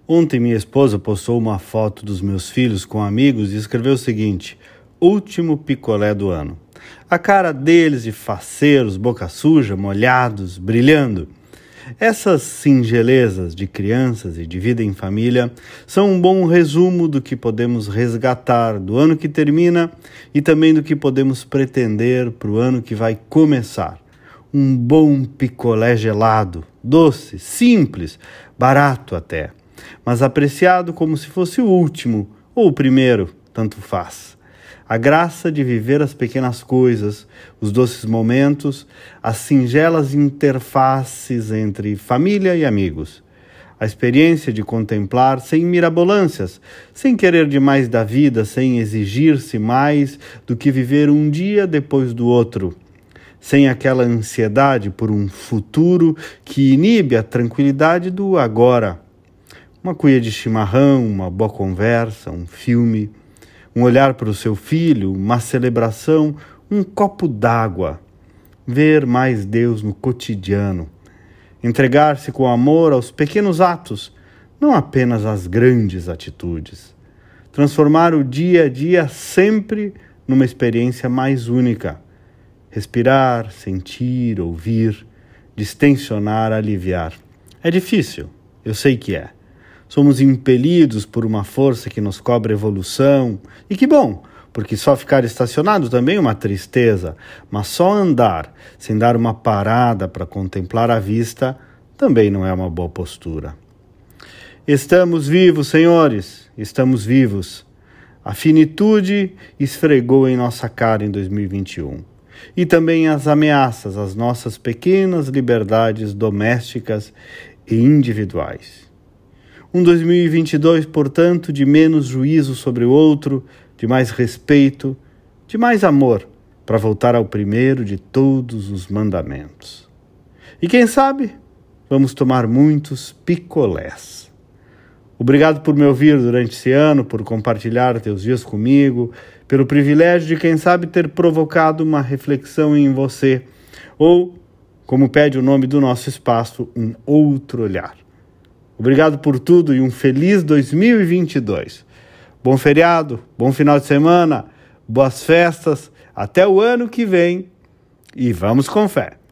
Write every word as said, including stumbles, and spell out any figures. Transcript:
Ontem minha esposa postou uma foto dos meus filhos com amigos e escreveu o seguinte: último picolé do ano. A cara deles de faceiros, boca suja, molhados, brilhando. Essas singelezas de crianças e de vida em família são um bom resumo do que podemos resgatar do ano que termina e também do que podemos pretender para o ano que vai começar. Um bom picolé gelado, doce, simples, barato até, mas apreciado como se fosse o último ou o primeiro, tanto faz. A graça de viver as pequenas coisas, os doces momentos, as singelas interfaces entre família e amigos. A experiência de contemplar sem mirabolâncias, sem querer demais da vida, sem exigir-se mais do que viver um dia depois do outro. Sem aquela ansiedade por um futuro que inibe a tranquilidade do agora. Uma cuia de chimarrão, uma boa conversa, um filme, um olhar para o seu filho, uma celebração, um copo d'água. Ver mais Deus no cotidiano. Entregar-se com amor aos pequenos atos, não apenas às grandes atitudes. Transformar o dia a dia sempre numa experiência mais única. Respirar, sentir, ouvir, distensionar, aliviar. É difícil, eu sei que é. Somos impelidos por uma força que nos cobra evolução. E que bom, porque só ficar estacionado também é uma tristeza. Mas só andar, sem dar uma parada para contemplar a vista, também não é uma boa postura. Estamos vivos, senhores, estamos vivos. A finitude esfregou em nossa cara em dois mil e vinte e um. E também as ameaças às nossas pequenas liberdades domésticas e individuais. Um dois mil e vinte e dois, portanto, de menos juízo sobre o outro, de mais respeito, de mais amor, para voltar ao primeiro de todos os mandamentos. E quem sabe, vamos tomar muitos picolés. Obrigado por me ouvir durante esse ano, por compartilhar teus dias comigo, pelo privilégio de, quem sabe, ter provocado uma reflexão em você, ou, como pede o nome do nosso espaço, um outro olhar. Obrigado por tudo e um feliz dois mil e vinte e dois. Bom feriado, bom final de semana, boas festas, até o ano que vem e vamos com fé.